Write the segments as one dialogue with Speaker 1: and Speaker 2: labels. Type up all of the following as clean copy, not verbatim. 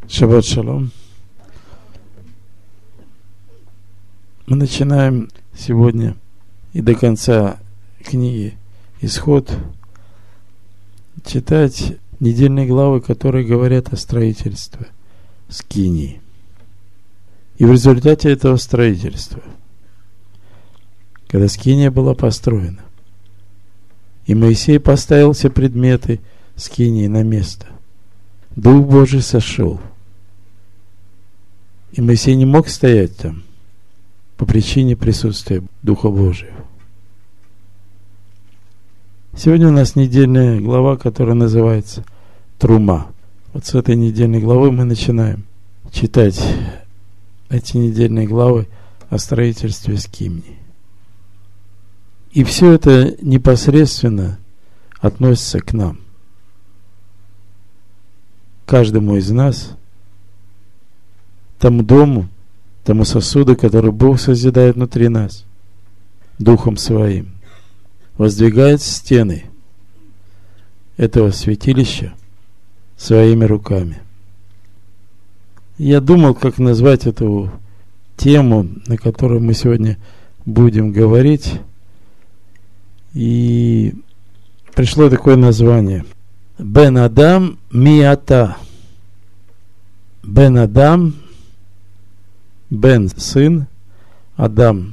Speaker 1: Шаббат шалом. Мы начинаем сегодня и до конца книги «Исход» читать недельные главы, которые говорят о строительстве скинии. И в результате этого строительства, когда скиния была построена, и Моисей поставил все предметы скинии на место, Дух Божий сошел. И Моисей не мог стоять там по причине присутствия Духа Божьего. Сегодня у нас недельная глава, которая называется «Трума». Вот с этой недельной главы мы начинаем читать эти недельные главы о строительстве скинии. И все это непосредственно относится к нам. Каждому из нас, тому дому, тому сосуду, который Бог созидает внутри нас, Духом Своим, воздвигает стены этого святилища своими руками. Я думал, как назвать эту тему, на которую мы сегодня будем говорить, и пришло такое название: Бен Адам Миата. Бен Адам, Бен сын, Адам,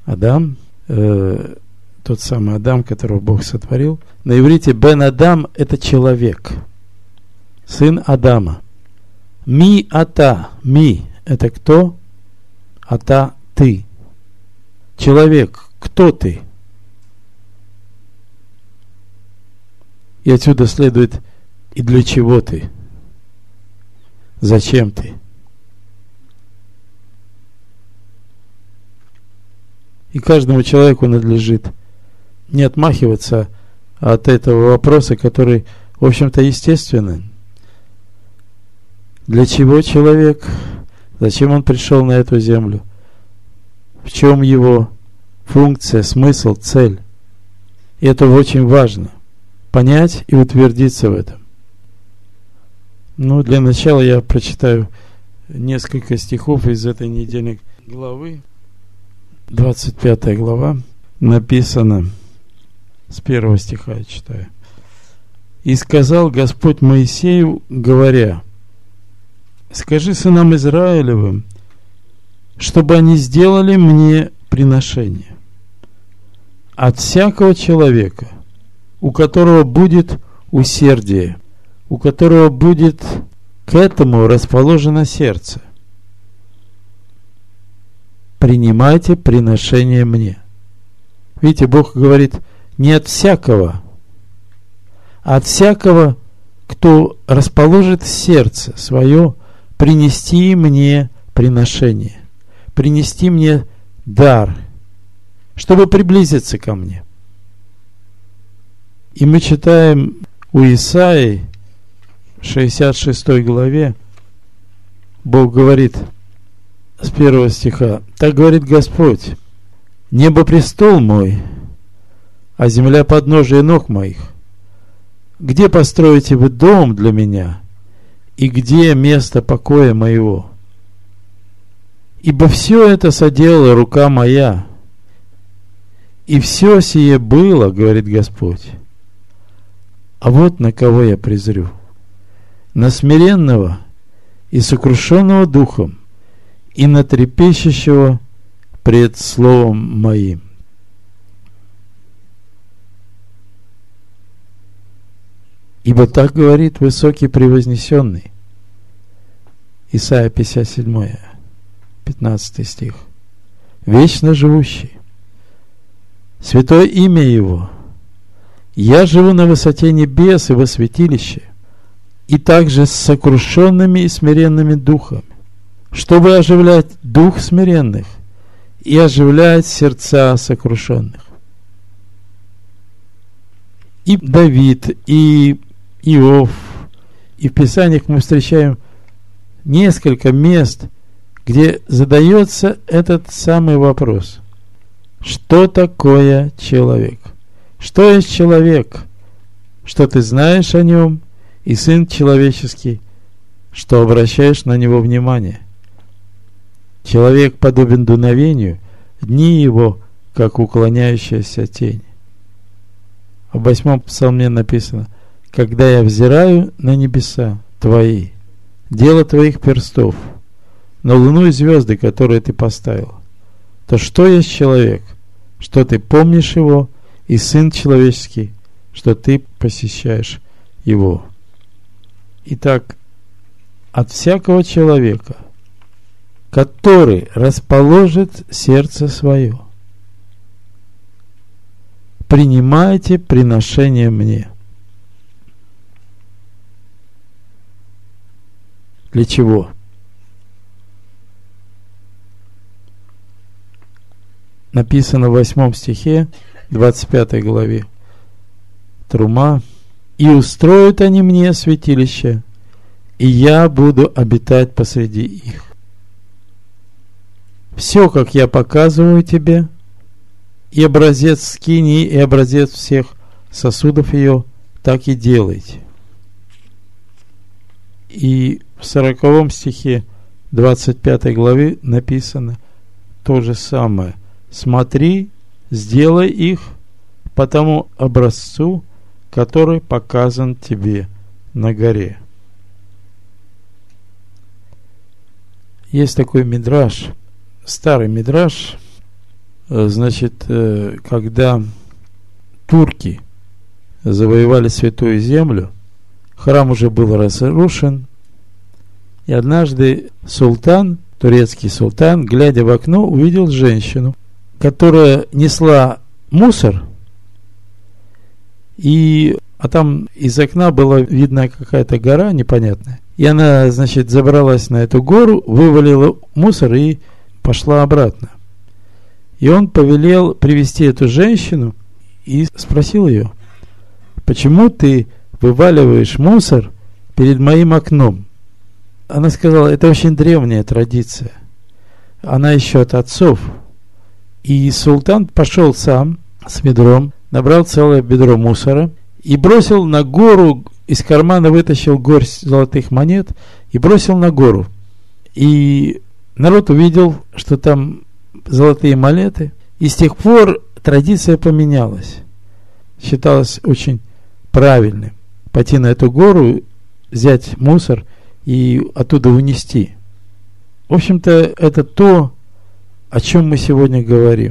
Speaker 1: тот самый Адам, которого Бог сотворил. На иврите Бен Адам — это человек, сын Адама. Ми-ата, ми — это кто? Ата — ты. Человек, кто ты? И отсюда следует, и для чего ты? Зачем ты? И каждому человеку надлежит не отмахиваться от этого вопроса, который, в общем-то, естественный. Для чего человек? Зачем он пришел на эту землю? В чем его функция, смысл, цель? И это очень важно. Понять и утвердиться в этом. Для начала я прочитаю несколько стихов из этой недельной главы. 25 глава. Написано с 1 стиха, я читаю. «И сказал Господь Моисею, говоря: скажи сынам Израилевым, чтобы они сделали мне приношение от всякого человека, у которого будет усердие, у которого будет к этому расположено сердце. Принимайте приношение мне». Видите, Бог говорит не от всякого, а от всякого, кто расположит сердце свое принести мне приношение, принести мне дар, чтобы приблизиться ко мне. И мы читаем у Исаии, в 66 главе, Бог говорит с 1 стиха: «Так говорит Господь: небо престол мой, а земля подножие ног моих. Где построите вы дом для меня, и где место покоя моего? Ибо все это соделала рука моя, и все сие было, говорит Господь. А вот на кого я презрю: на смиренного и сокрушенного духом, и на трепещущего пред словом моим». Ибо так говорит высокий превознесенный. Исайя 57, 15 стих. Вечно живущий, святое имя Его. Я живу на высоте небес и во святилище, и также с сокрушенными и смиренными духами, чтобы оживлять дух смиренных и оживлять сердца сокрушенных. И Давид, и Иов, и в Писаниях мы встречаем несколько мест, где задается этот самый вопрос: что такое человек? Что есть человек? Что ты знаешь о нем? И Сын человеческий, что обращаешь на него внимание. Человек подобен дуновению, дни его, как уклоняющаяся тень. В 8 псалме написано: «Когда я взираю на небеса твои, дело твоих перстов, на луну и звезды, которые ты поставил, то что есть человек, что ты помнишь его, и сын человеческий, что ты посещаешь его». Итак, от всякого человека, который расположит сердце свое, принимайте приношение мне. Для чего? Написано в 8 стихе 25 главе Трума: «И устроят они мне святилище, и я буду обитать посреди их». Все, как я показываю тебе, и образец скинии, и образец всех сосудов ее, так и делайте. И в 40 стихе 25 главы написано то же самое: «Смотри, сделай их по тому образцу, который показан тебе на горе». Есть такой мидраш, старый мидраш, значит, когда турки завоевали Святую Землю, храм уже был разрушен, и однажды султан, турецкий султан, глядя в окно, увидел женщину, которая несла мусор, а там из окна была видна какая-то гора непонятная. И она, значит, забралась на эту гору, вывалила мусор и пошла обратно. И он повелел привести эту женщину и спросил ее: «Почему ты вываливаешь мусор перед моим окном?» Она сказала: «Это очень древняя традиция. Она еще от отцов». И султан пошел сам с ведром, набрал целое ведро мусора и бросил на гору, из кармана вытащил горсть золотых монет и бросил на гору. И народ увидел, что там золотые монеты, и с тех пор традиция поменялась. Считалось очень правильным пойти на эту гору, взять мусор и оттуда унести. В общем-то, это то, о чем мы сегодня говорим.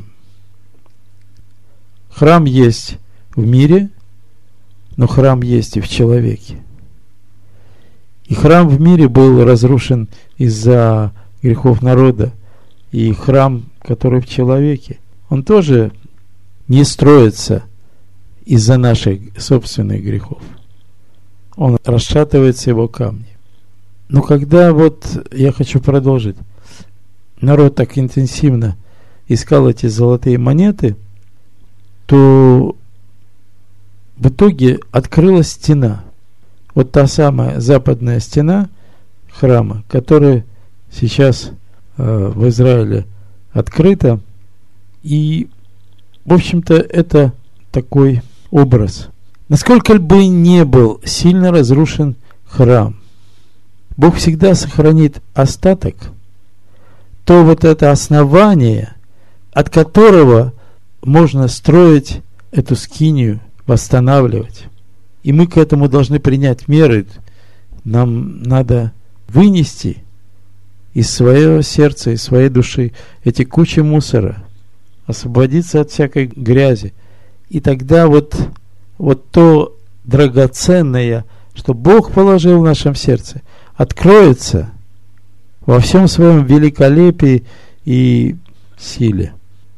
Speaker 1: Храм есть в мире, но храм есть и в человеке. И храм в мире был разрушен из-за грехов народа. И храм, который в человеке, он тоже не строится из-за наших собственных грехов. Он расшатывается, его камни. Но когда я хочу продолжить, народ так интенсивно искал эти золотые монеты, то в итоге открылась стена. Вот та самая западная стена храма, которая сейчас в Израиле открыта. И, в общем-то, это такой образ. Насколько бы ни был сильно разрушен храм, Бог всегда сохранит остаток, то вот это основание, от которого можно строить эту скинию, восстанавливать. И мы к этому должны принять меры. Нам надо вынести из своего сердца, из своей души эти кучи мусора, освободиться от всякой грязи. И тогда вот то драгоценное, что Бог положил в нашем сердце, откроется во всем своем великолепии и силе.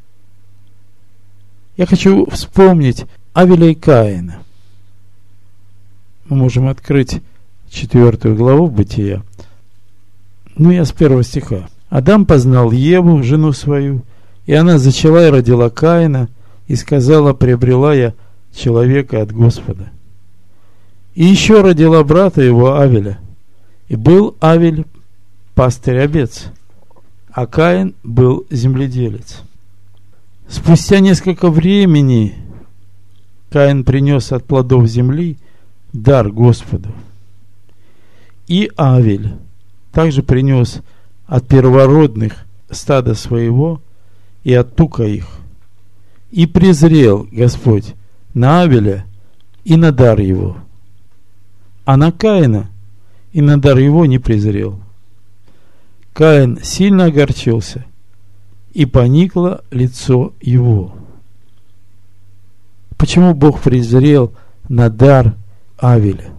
Speaker 1: Я хочу вспомнить Авеля и Каина. Мы можем открыть 4 главу Бытия. Я с 1 стиха. «Адам познал Еву, жену свою, и она зачала и родила Каина, и сказала: приобрела я человека от Господа. И еще родила брата его Авеля. И был Авель пастырь-овец, а Каин был земледелец. Спустя несколько времени Каин принес от плодов земли дар Господу. И Авель также принес от первородных стада своего и от тука их. И презрел Господь на Авеля и на дар его, а на Каина и на дар его не презрел. Каин сильно огорчился, и поникло лицо его. Почему Бог презрел на дар Авеля?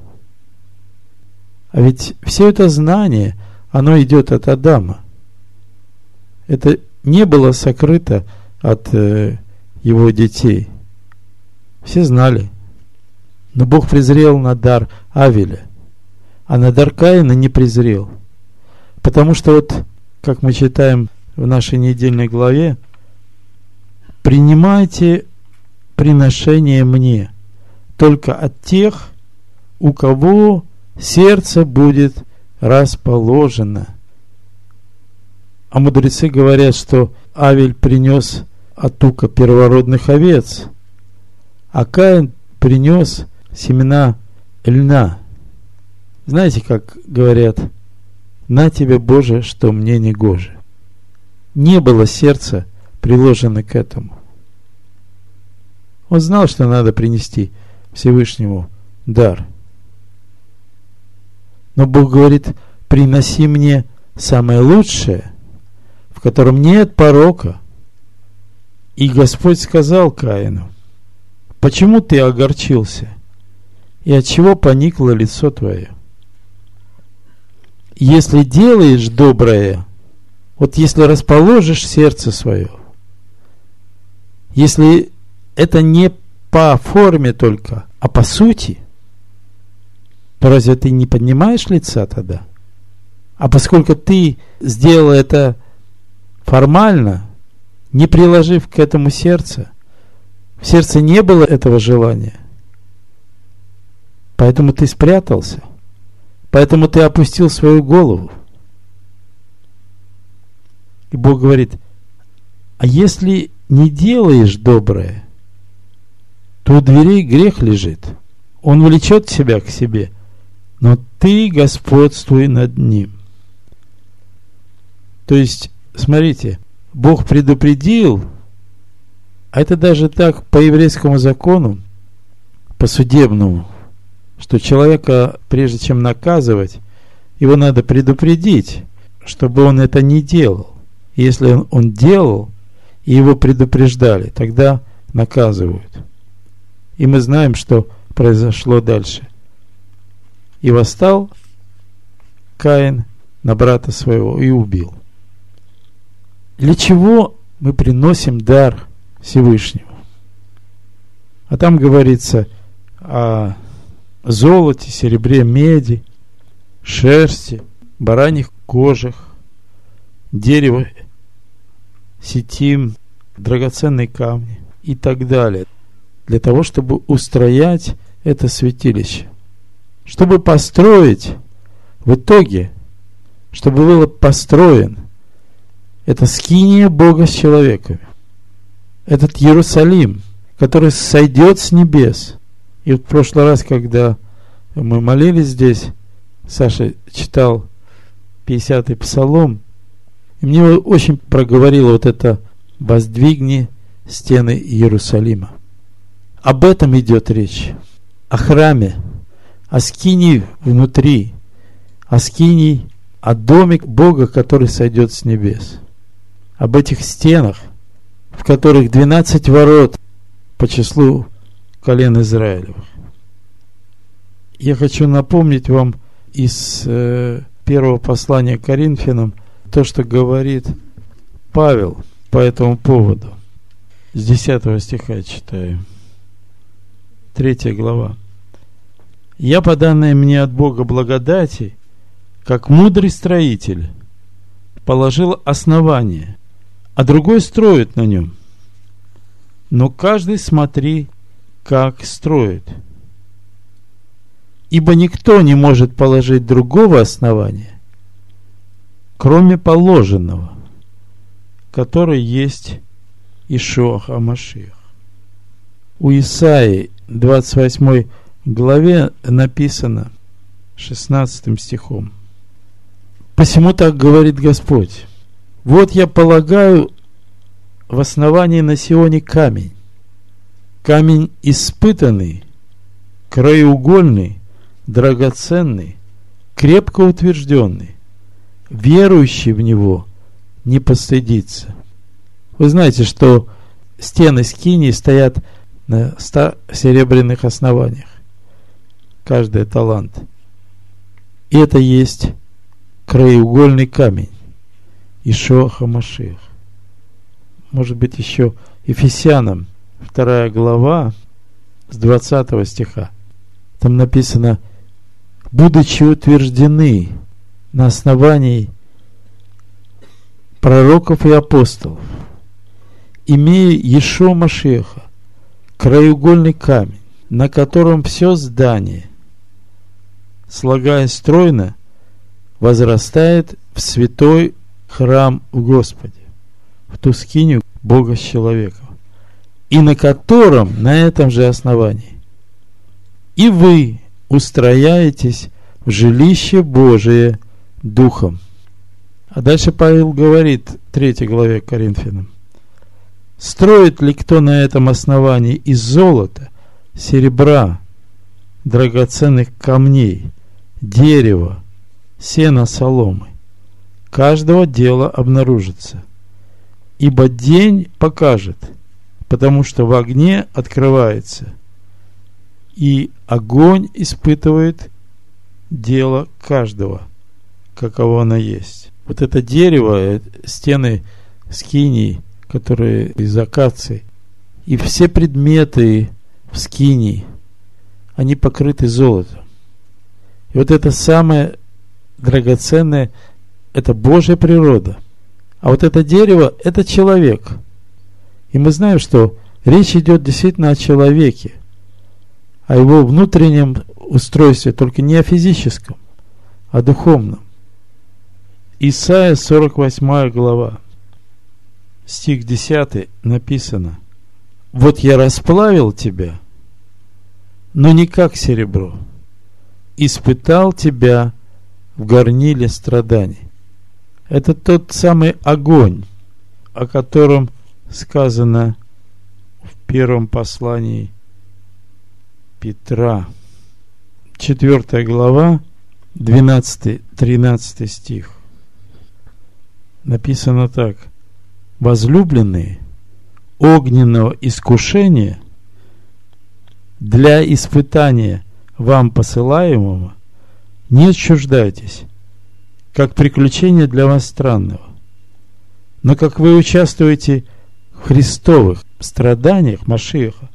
Speaker 1: А ведь все это знание, оно идет от Адама. Это не было сокрыто от его детей. Все знали. Но Бог презрел на дар Авеля, а на дар Каина не презрел. Потому что вот, как мы читаем в нашей недельной главе, принимайте приношение мне только от тех, у кого сердце будет расположено. А мудрецы говорят, что Авель принес от тука первородных овец, а Каин принес семена льна. Знаете, как говорят: на тебе, Боже, что мне не гоже. Не было сердца приложено к этому. Он знал, что надо принести Всевышнему дар. Но Бог говорит: приноси мне самое лучшее, в котором нет порока. И Господь сказал Каину: почему ты огорчился? И от чего поникло лицо твое? Если делаешь доброе, вот если расположишь сердце свое, если это не по форме только, а по сути, то разве ты не поднимаешь лица тогда? А поскольку ты сделал это формально, не приложив к этому сердце, в сердце не было этого желания, поэтому ты спрятался, поэтому ты опустил свою голову. И Бог говорит: а если не делаешь доброе, то у дверей грех лежит. Он влечет тебя к себе, но ты господствуй над ним. То есть, смотрите, Бог предупредил, а это даже так по еврейскому закону, по судебному, что человека, прежде чем наказывать, его надо предупредить, чтобы он это не делал. И если он делал, и его предупреждали, тогда наказывают. И мы знаем, что произошло дальше. И восстал Каин на брата своего и убил. Для чего мы приносим дар Всевышнему? А там говорится о золоте, серебре, меди, шерсти, бараньих кожах, дерево, ситим, драгоценные камни и так далее. Для того, чтобы устроять это святилище. Чтобы построить, в итоге, чтобы было построен это скиния Бога с человеками. Этот Иерусалим, который сойдет с небес. И вот в прошлый раз, когда мы молились здесь, Саша читал 50-й псалом, и мне очень проговорило вот это: «Воздвигни стены Иерусалима». Об этом идет речь. О храме, о скинии внутри, о скинии, о доме Бога, который сойдет с небес. Об этих стенах, в которых 12 ворот по числу колен Израилевых. Я хочу напомнить вам из первого послания к Коринфянам то, что говорит Павел по этому поводу. С 10 стиха я читаю. 3 глава. «Я, по данной мне от Бога благодати, как мудрый строитель, положил основание, а другой строит на нем. Но каждый смотри, как строит. Ибо никто не может положить другого основания, кроме положенного, который есть Иешуа ха-Машиах». У Исаии 28 главе написано, 16 стихом. «Посему так говорит Господь: вот я полагаю в основании на Сионе камень, камень испытанный, краеугольный, драгоценный, крепко утвержденный, верующий в него не постыдится». Вы знаете, что стены скинии стоят на 100 серебряных основаниях. Каждый талант. И это есть краеугольный камень. Иешуа ха-Машиах. Может быть, еще Ефесянам 2 глава с 20 стиха. Там написано: будучи утверждены на основании пророков и апостолов, имея Иешуа Машиаха, краеугольный камень, на котором все здание, слагаясь стройно, возрастает в святой храм в Господе, в ту скинию Бога с человеком, и на котором, на этом же основании, и вы устрояетесь в жилище Божие Духом. А дальше Павел говорит в 3 главе Коринфянам: строит ли кто на этом основании из золота, серебра, драгоценных камней, дерева, сена, соломы? Каждого дела обнаружится, ибо день покажет, потому что в огне открывается, и огонь испытывает дело каждого, каково оно есть. Вот это дерево, стены скинии, которые из акации, и все предметы в скинии, они покрыты золотом. И вот это самое драгоценное, это Божья природа. А вот это дерево, это человек. И мы знаем, что речь идет действительно о человеке, о его внутреннем устройстве, только не о физическом, а о духовном. Исайя 48 глава, стих 10 написано: вот я расплавил тебя, но не как серебро, испытал тебя в горниле страданий. Это тот самый огонь, о котором сказано в первом послании Петра, 4 глава, 12-13 стих. Написано так: возлюбленные, огненного искушения для испытания вам посылаемого не отчуждайтесь, как приключение для вас странного. Но как вы участвуете в Христовых страданиях Машиаха,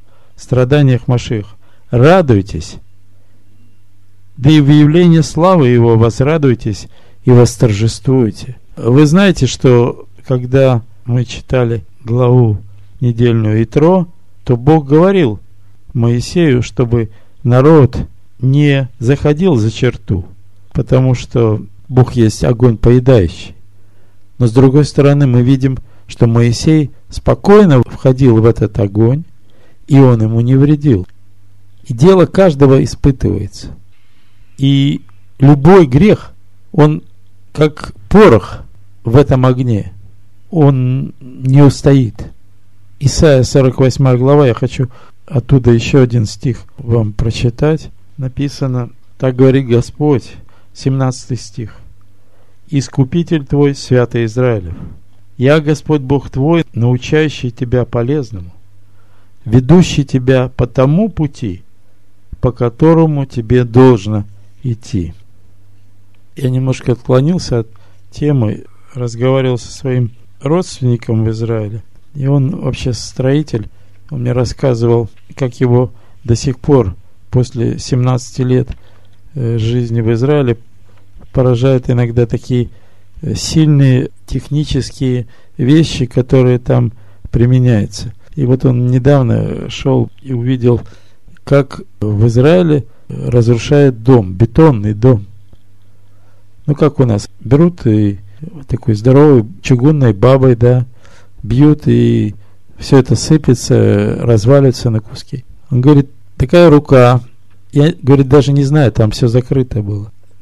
Speaker 1: радуйтесь, да и в явлении славы Его возрадуйтесь и восторжествуйте. Вы знаете, что когда мы читали главу недельную Итро, то Бог говорил Моисею, чтобы народ не заходил за черту, потому что Бог есть огонь поедающий. Но с другой стороны мы видим, что Моисей спокойно входил в этот огонь, и он ему не вредил. И дело каждого испытывается. И любой грех, он как порох в этом огне, он не устоит. Исайя 48 глава, я хочу оттуда еще один стих вам прочитать. Написано: так говорит Господь, 17 стих: Искупитель твой, святый Израилев, я Господь Бог твой, научающий тебя полезному, ведущий тебя по тому пути, по которому тебе должно идти. Я немножко отклонился от темы, разговаривал со своим родственником в Израиле, и он вообще строитель. Он мне рассказывал, как его до сих пор, после 17 лет жизни в Израиле, поражают иногда такие сильные технические вещи, которые там применяются. И вот он недавно шел и увидел, как в Израиле разрушают дом, бетонный дом. Ну, как у нас, берут и такой здоровой чугунной бабой, да, бьют, и все это сыпется, развалится на куски. Он говорит, такая рука, я, говорит, даже не знаю, там все закрыто было.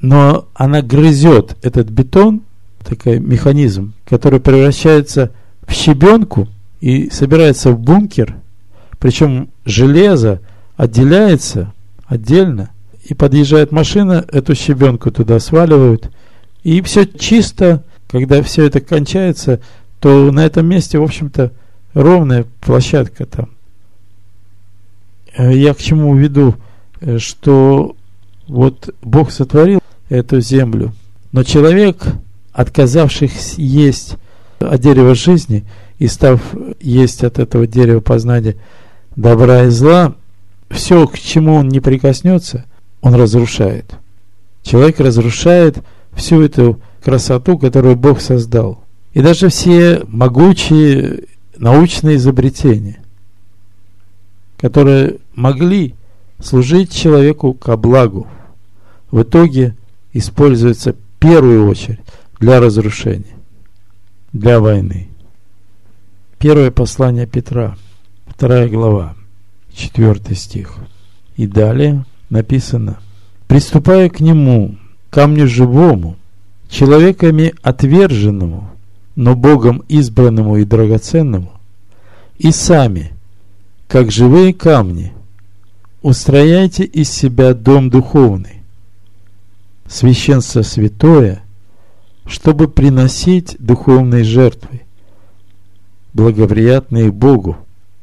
Speaker 1: но она грызет этот бетон, такой механизм, который превращается в щебенку и собирается в бункер, причем железо отделяется отдельно, и подъезжает машина, эту щебенку туда сваливают, и все чисто. Когда все это кончается, то на этом месте, в общем-то, ровная площадка там. Я к чему веду, что вот Бог сотворил эту землю, но человек, отказавшись есть от дерева жизни и став есть от этого дерева познания добра и зла, все, к чему он не прикоснется, он разрушает. Человек разрушает всю эту красоту, которую Бог создал. И даже все могучие научные изобретения, которые могли служить человеку ко благу, в итоге используются в первую очередь для разрушения, для войны. Первое послание Петра, 2 глава, 4 стих. И далее написано: «Приступая к нему, камню живому, человеками отверженному, но Богом избранному и драгоценному, и сами, как живые камни, устрояйте из себя дом духовный, священство святое, чтобы приносить духовные жертвы, благоприятные Богу,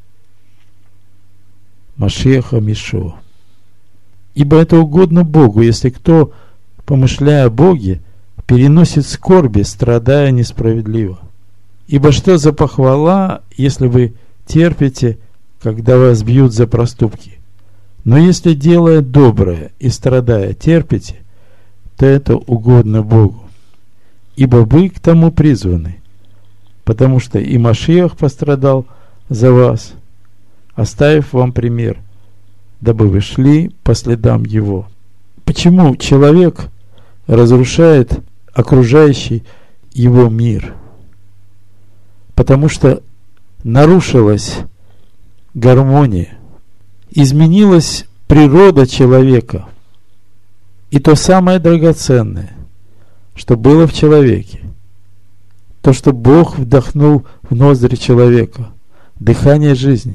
Speaker 1: Машиаха Мишо. Ибо это угодно Богу, если кто, помышляя о Боге, переносит скорби, страдая несправедливо. Ибо что за похвала, если вы терпите, когда вас бьют за проступки? Но если, делая доброе и страдая, терпите, то это угодно Богу. Ибо вы к тому призваны, потому что и Машиах пострадал за вас, оставив вам пример, дабы вы шли по следам его». Почему человек разрушает окружающий его мир? Потому что нарушилась гармония, изменилась природа человека, и то самое драгоценное, что было в человеке, то, что Бог вдохнул в ноздри человека, дыхание жизни,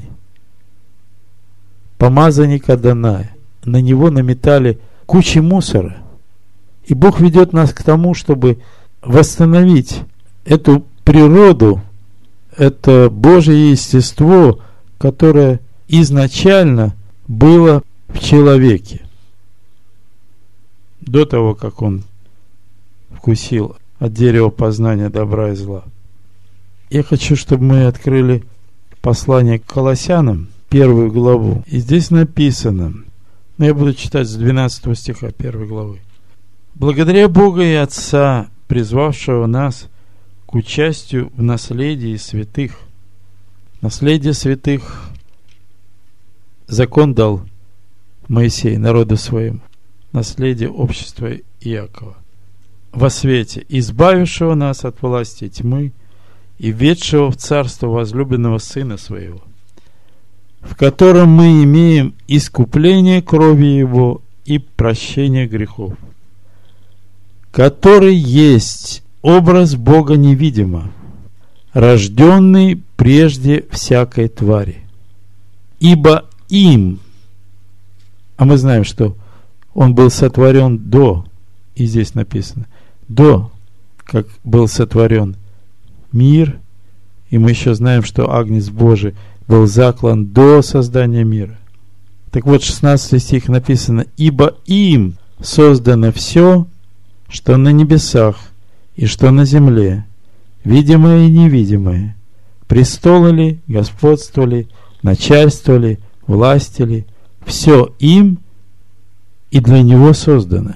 Speaker 1: помазанник Адоная, на него наметали кучи мусора. И Бог ведет нас к тому, чтобы восстановить эту природу, это Божье естество, которое изначально было в человеке, до того, как он вкусил от дерева познания добра и зла. Я хочу, чтобы мы открыли послание к Колоссянам, 1 главу. И здесь написано, но я буду читать с 12 стиха 1 главы. «Благодаря Бога и Отца, призвавшего нас к участию в наследии святых». Наследие святых закон дал Моисей народу своему, наследие общества Иакова. «Во свете, избавившего нас от власти тьмы и введшего в царство возлюбленного Сына Своего, в котором мы имеем искупление крови Его и прощение грехов, который есть образ Бога невидимо, рожденный прежде всякой твари. Ибо им», а мы знаем, что он был сотворен до, и здесь написано, до, как был сотворен мир, и мы еще знаем, что Агнец Божий был заклан до создания мира. Так вот, 16 стих написано: «Ибо им создано все, что на небесах и что на земле, видимое и невидимое, престолы ли, господство ли, начальство ли, власти ли, все им и для него создано.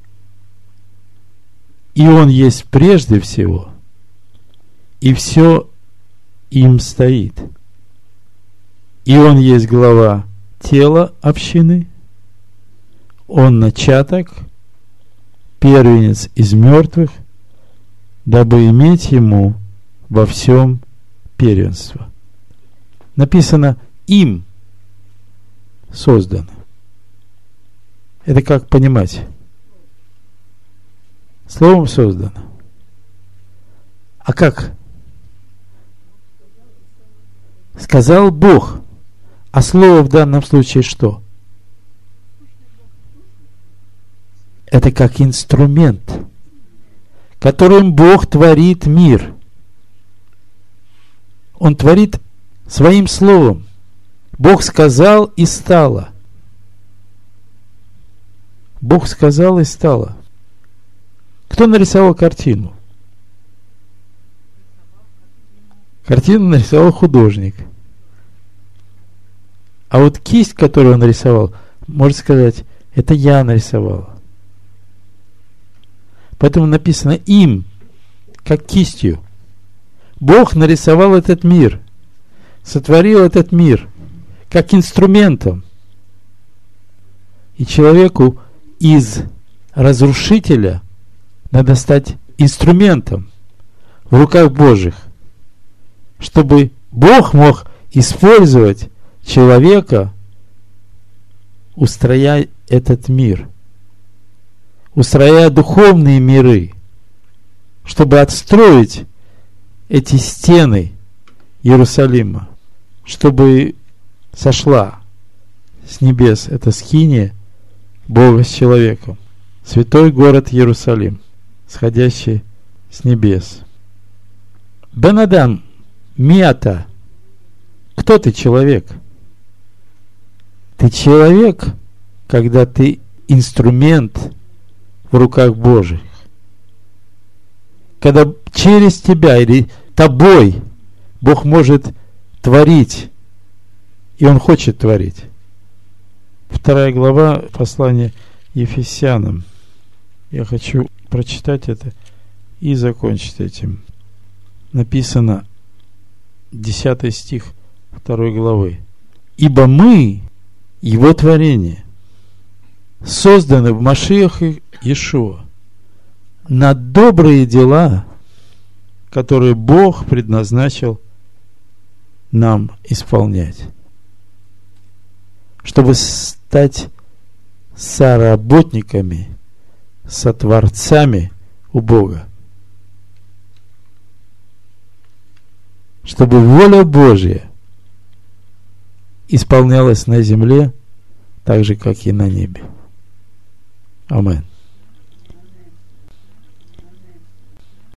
Speaker 1: И он есть прежде всего, и все им стоит. И он есть глава тела общины, он начаток, первенец из мертвых, дабы иметь ему во всем первенство». Написано «им создано». Это как понимать? Словом создано. А как? Сказал Бог. А слово в данном случае что? Это как инструмент, которым Бог творит мир. Он творит своим словом. Бог сказал и стало. Бог сказал и стало. Кто нарисовал картину? Картину нарисовал художник. А вот кисть, которую он нарисовал, можно сказать, это я нарисовал. Поэтому написано им, как кистью. Бог нарисовал этот мир, сотворил этот мир, как инструментом. И человеку из разрушителя надо стать инструментом в руках Божьих, чтобы Бог мог использовать человека, устрояя этот мир, устрояя духовные миры, чтобы отстроить эти стены Иерусалима, чтобы сошла с небес эта скиния Бога с человеком, святой город Иерусалим, сходящий с небес. Бен Адам, миата, кто ты, человек? Ты человек, когда ты инструмент в руках Божьих. Когда через тебя или тобой Бог может творить, и Он хочет творить. 2 глава послания Ефесянам. Я хочу прочитать это и закончить этим. Написано 10 стих 2 главы. «Ибо мы, Его творение, созданы в Машиахе Иешуа на добрые дела, которые Бог предназначил нам исполнять, чтобы стать соработниками, сотворцами у Бога, чтобы воля Божья исполнялась на земле так же, как и на небе». Аминь.